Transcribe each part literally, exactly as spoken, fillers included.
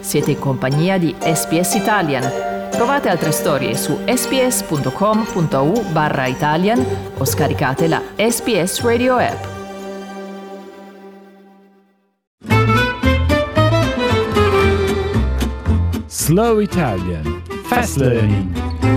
Siete in compagnia di S B S Italian. Trovate altre storie su sbs.com.au barra Italian o scaricate la S B S Radio app. Slow Italian. Fast Learning.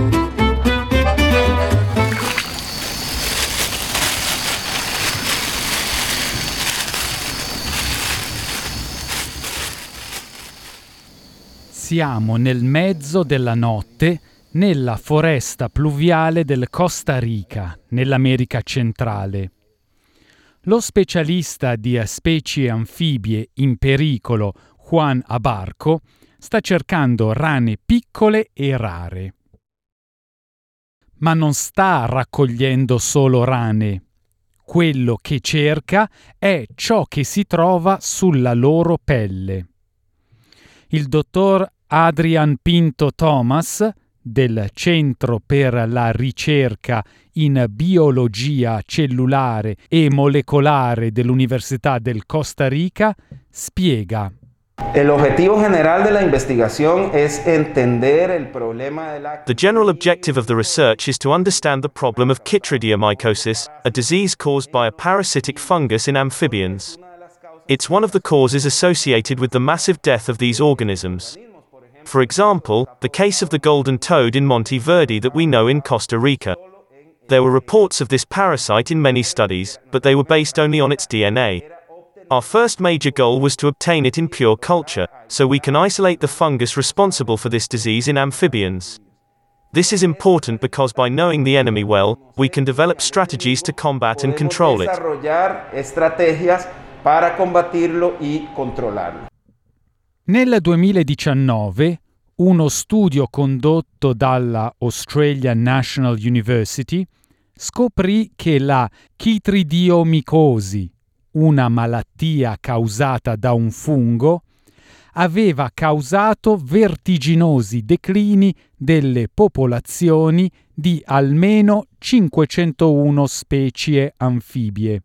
Siamo nel mezzo della notte nella foresta pluviale del Costa Rica, nell'America centrale. Lo specialista di specie anfibie in pericolo, Juan Abarco, sta cercando rane piccole e rare. Ma non sta raccogliendo solo rane. Quello che cerca è ciò che si trova sulla loro pelle. Il dottor Adrian Pinto Thomas, del Centro per la ricerca in biologia cellulare e molecolare dell'Università del Costa Rica, spiega. El objetivo general de la investigación es entender el problema de la... The general objective of the research is to understand the problem of chytridiomycosis, a disease caused by a parasitic fungus in amphibians. It's one of the causes associated with the massive death of these organisms. For example, the case of the golden toad in Monte Verde that we know in Costa Rica. There were reports of this parasite in many studies, but they were based only on its D N A. Our first major goal was to obtain it in pure culture, so we can isolate the fungus responsible for this disease in amphibians. This is important because by knowing the enemy well, we can develop strategies to combat and control it. Para combattirlo e controllarlo. Nel duemiladiciannove, uno studio condotto dalla Australian National University scoprì che la chytridiomycosi, una malattia causata da un fungo, aveva causato vertiginosi declini delle popolazioni di almeno cinquecentouno specie anfibie.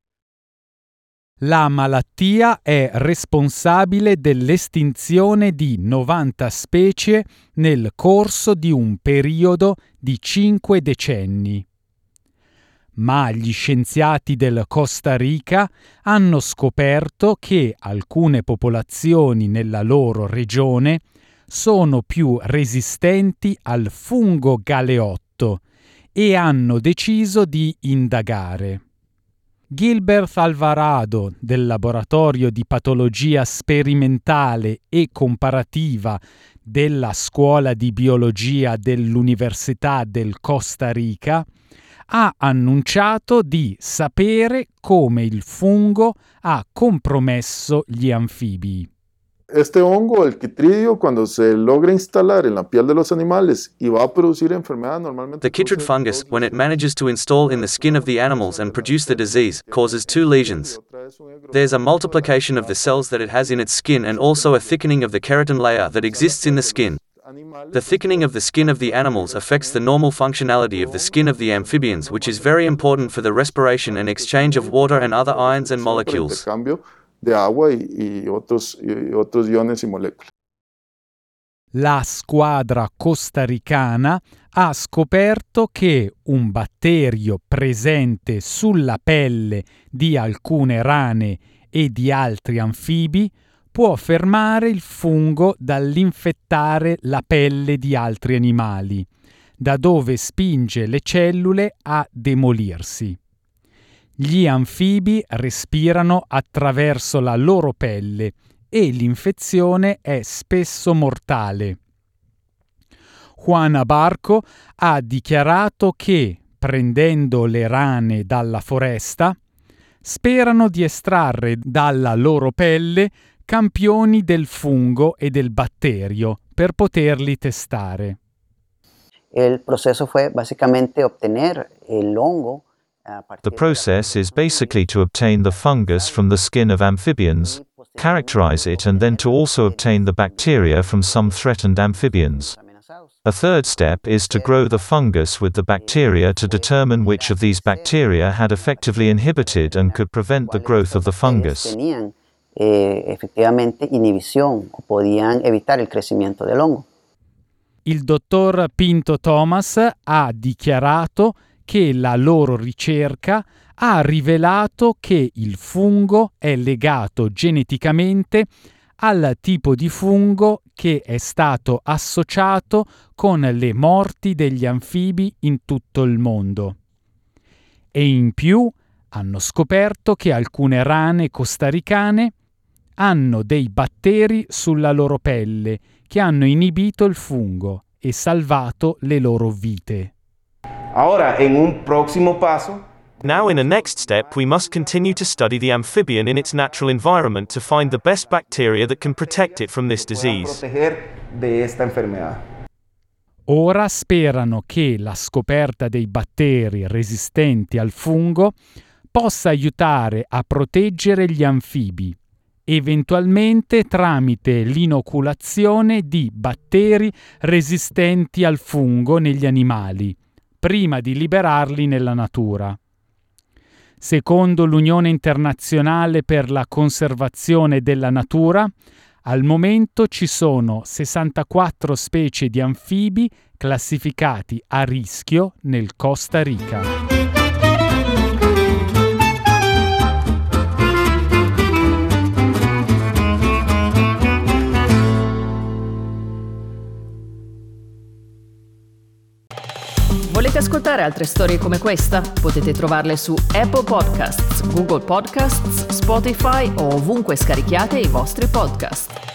La malattia è responsabile dell'estinzione di novanta specie nel corso di un periodo di cinque decenni. Ma gli scienziati del Costa Rica hanno scoperto che alcune popolazioni nella loro regione sono più resistenti al fungo galeotto e hanno deciso di indagare. Gilbert Alvarado, del Laboratorio di Patologia Sperimentale e Comparativa della Scuola di Biologia dell'Università del Costa Rica, ha annunciato di sapere come il fungo ha compromesso gli anfibi. Este hongo, el chytridio, cuando se logra instalar en la piel de los animales y va a producir enfermedad normalmente... The chytrid fungus, when it manages to install in the skin of the animals and produce the disease, causes two lesions. There's a multiplication of the cells that it has in its skin and also a thickening of the keratin layer that exists in the skin. The thickening of the skin of the animals affects the normal functionality of the skin of the amphibians, which is very important for the respiration and exchange of water and other ions and molecules. de agua y, y, otros, y otros iones y moléculas. La squadra costaricana ha scoperto che un batterio presente sulla pelle di alcune rane e di altri anfibi può fermare il fungo dall'infettare la pelle di altri animali, da dove spinge le cellule a demolirsi. Gli anfibi respirano attraverso la loro pelle e l'infezione è spesso mortale. Juan Abarco ha dichiarato che, prendendo le rane dalla foresta, sperano di estrarre dalla loro pelle campioni del fungo e del batterio per poterli testare. El proceso fue básicamente obtener el hongo. The process is basically to obtain the fungus from the skin of amphibians, characterize it, and then to also obtain the bacteria from some threatened amphibians. A third step is to grow the fungus with the bacteria to determine which of these bacteria had effectively inhibited and could prevent the growth of the fungus. eh, efectivamente inhibición o podían evitar el crecimiento del hongo. Il dottor Pinto Thomas ha dichiarato che la loro ricerca ha rivelato che il fungo è legato geneticamente al tipo di fungo che è stato associato con le morti degli anfibi in tutto il mondo. E in più hanno scoperto che alcune rane costaricane hanno dei batteri sulla loro pelle che hanno inibito il fungo e salvato le loro vite. Ahora, en un próximo paso, Now in a next step we must continue to study the amphibian in its natural environment to find the best bacteria that can protect it from this disease. proteger de esta enfermedad. Ora sperano che la scoperta dei batteri resistenti al fungo possa aiutare a proteggere gli anfibi, eventualmente tramite l'inoculazione di batteri resistenti al fungo negli animali, prima di liberarli nella natura. Secondo l'Unione Internazionale per la Conservazione della Natura, al momento ci sono sessantaquattro specie di anfibi classificati a rischio nel Costa Rica. Volete ascoltare altre storie come questa? Potete trovarle su Apple Podcasts, Google Podcasts, Spotify o ovunque scarichiate i vostri podcast.